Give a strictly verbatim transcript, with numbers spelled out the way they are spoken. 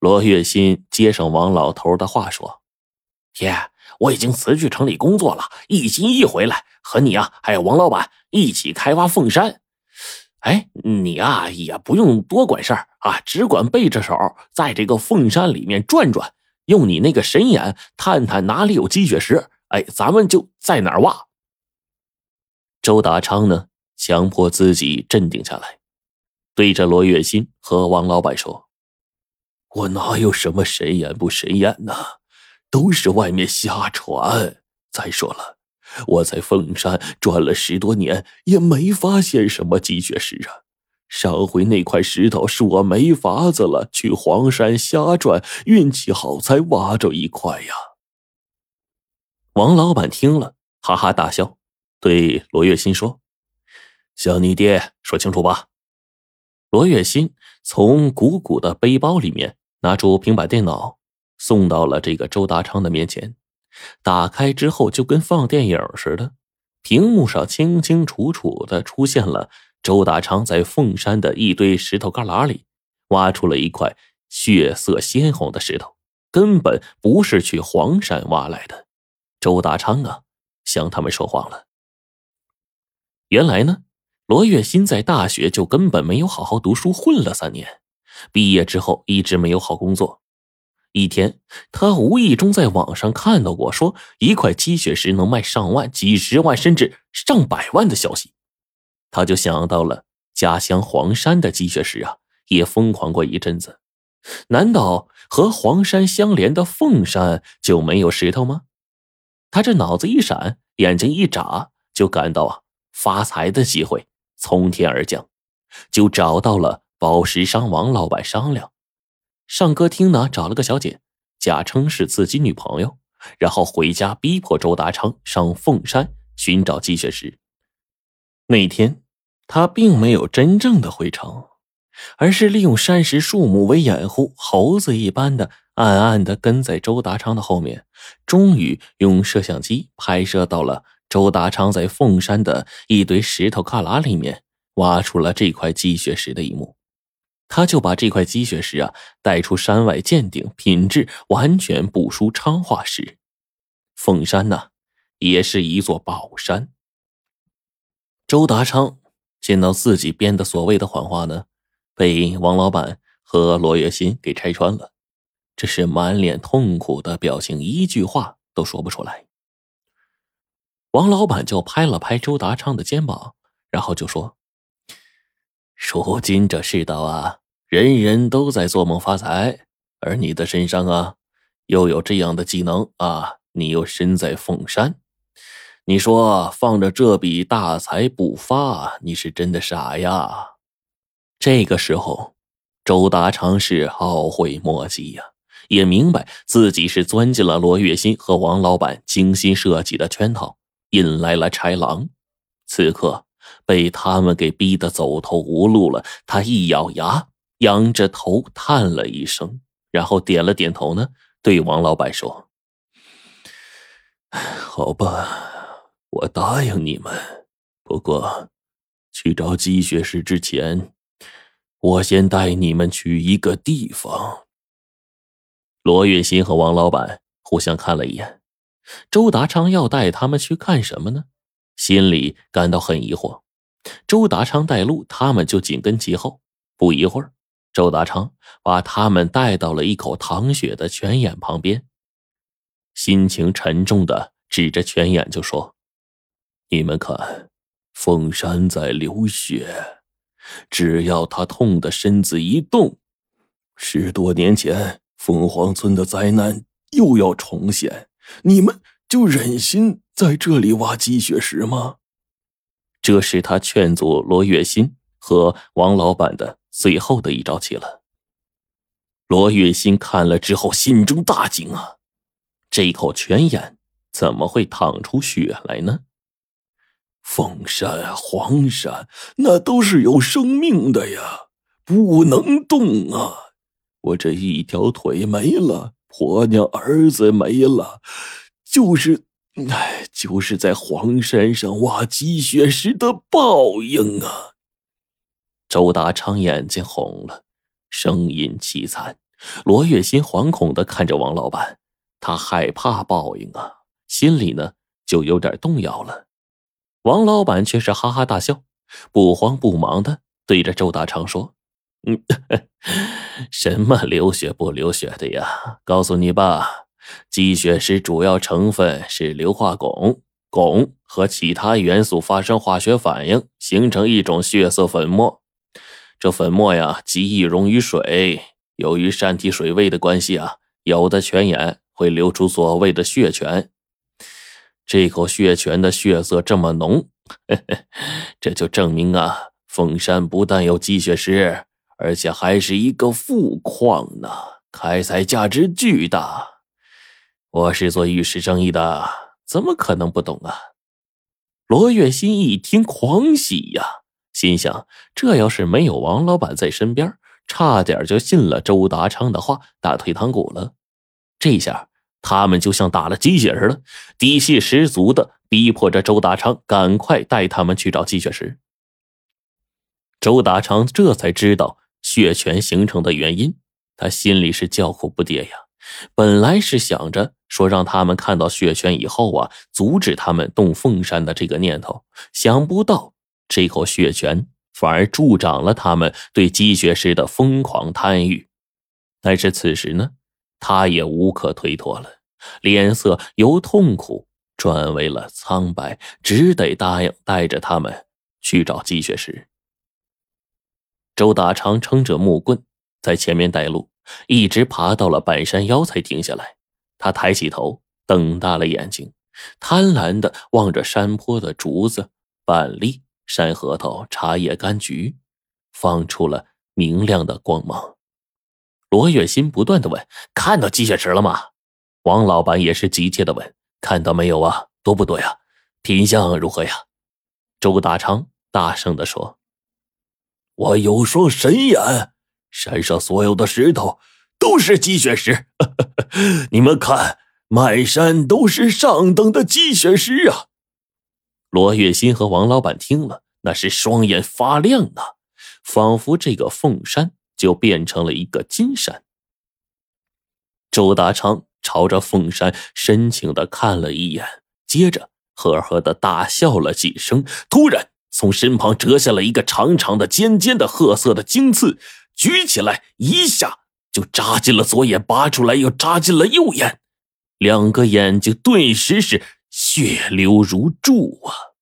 罗月新接上王老头的话说：爹，我已经辞去城里工作了，一心一意回来和你啊还有王老板一起开挖凤山。哎，你啊也不用多管事儿啊，只管背着手在这个凤山里面转转，用你那个神眼探探哪里有积雪石，哎，咱们就在哪儿挖。周达昌呢，强迫自己镇定下来，对着罗月新和王老板说：我哪有什么神眼不神眼呢，都是外面瞎传。再说了，我在凤山转了十多年，也没发现什么积雪石啊。上回那块石头是我没法子了，去黄山瞎转，运气好才挖着一块呀。王老板听了哈哈大笑，对罗月新说：向你爹说清楚吧。罗月新从鼓鼓的背包里面拿出平板电脑，送到了这个周达昌的面前。打开之后就跟放电影似的，屏幕上清清楚楚的出现了周达昌在凤山的一堆石头旮旯里挖出了一块血色鲜红的石头，根本不是去黄山挖来的。周达昌啊，向他们说谎了。原来呢，罗月新在大学就根本没有好好读书，混了三年，毕业之后一直没有好工作。一天，他无意中在网上看到过说一块积雪石能卖上万、几十万甚至上百万的消息，他就想到了家乡黄山的积雪石啊，也疯狂过一阵子。难道和黄山相连的凤山就没有石头吗？他这脑子一闪，眼睛一眨，就感到啊发财的机会从天而降，就找到了宝石商王老板商量。上歌厅呢找了个小姐，假称是自己女朋友，然后回家逼迫周达昌上凤山寻找积雪石。那天他并没有真正的回城，而是利用山石树木为掩护，猴子一般的暗暗的跟在周达昌的后面，终于用摄像机拍摄到了周达昌在凤山的一堆石头旮旯里面挖出了这块积雪石的一幕。他就把这块积雪石啊带出山外鉴定，品质完全不输昌化石。凤山呢，也是一座宝山。周达昌见到自己编的所谓的谎话呢，被王老板和罗月新给拆穿了，这是满脸痛苦的表情，一句话都说不出来。王老板就拍了拍周达昌的肩膀，然后就说：如今这世道啊，人人都在做梦发财，而你的身上啊又有这样的技能啊，你又身在凤山，你说放着这笔大财不发，你是真的傻呀。这个时候周达昌是懊悔莫及呀，也明白自己是钻进了罗月新和王老板精心设计的圈套，引来了豺狼。此刻被他们给逼得走投无路了，他一咬牙，仰着头叹了一声，然后点了点头呢，对王老板说：好吧，我答应你们，不过去找积雪石之前，我先带你们去一个地方。罗月新和王老板互相看了一眼，周达昌要带他们去干什么呢？心里感到很疑惑。周达昌带路，他们就紧跟其后。不一会儿，周达昌把他们带到了一口淌血的泉眼旁边，心情沉重的指着泉眼就说：你们看，凤山在流血，只要他痛的身子一动，十多年前凤凰村的灾难又要重现，你们就忍心在这里挖积雪石吗？这是他劝阻罗月新和王老板的最后的一招棋了。罗月新看了之后心中大惊啊，这口泉眼怎么会淌出血来呢？凤山、黄山那都是有生命的呀，不能动啊！我这一条腿没了，婆娘儿子没了，就是哎，就是在黄山上挖积雪石的报应啊！周达昌眼睛红了，声音凄惨， 罗月心惶恐地看着王老板，他害怕报应啊，心里呢就有点动摇了。王老板却是哈哈大笑，不慌不忙地对着周大昌说：嗯，什么流血不流血的呀？告诉你吧，鸡血石主要成分是硫化汞，汞和其他元素发生化学反应，形成一种血色粉末。这粉末呀，极易溶于水，由于山体水位的关系啊，有的泉眼会流出所谓的血泉。这口血泉的血色这么浓，呵呵，这就证明啊，凤山不但有鸡血石，而且还是一个富矿呢，开采价值巨大。我是做玉石生意的，怎么可能不懂啊？罗月心一听狂喜呀，心想这要是没有王老板在身边，差点就信了周达昌的话，打退堂鼓了。这下他们就像打了鸡血似的，底气十足的逼迫着周达昌赶快带他们去找鸡血石。周达昌这才知道血泉形成的原因，他心里是叫苦不迭呀。本来是想着说让他们看到血泉以后啊，阻止他们动凤山的这个念头，想不到这口血泉反而助长了他们对鸡血石的疯狂贪欲。但是此时呢，他也无可推脱了，脸色由痛苦转为了苍白，只得答应带着他们去找鸡血石。周大昌撑着木棍在前面带路，一直爬到了半山腰才停下来。他抬起头，瞪大了眼睛，贪婪地望着山坡的竹子、板栗、山核桃、茶叶、柑橘，放出了明亮的光芒。罗月心不断地问：看到鸡血石了吗？王老板也是急切地问：看到没有啊？多不多呀？品相如何呀？周大昌大声地说：我有双神眼，山上所有的石头都是鸡血石，你们看，满山都是上等的鸡血石啊！罗月心和王老板听了，那是双眼发亮啊，仿佛这个凤山就变成了一个金山。周达昌朝着凤山深情地看了一眼，接着呵呵地大笑了几声，突然从身旁折下了一个长长的尖尖的褐色的荆刺，举起来一下就扎进了左眼，拔出来又扎进了右眼，两个眼睛顿时是血流如注啊！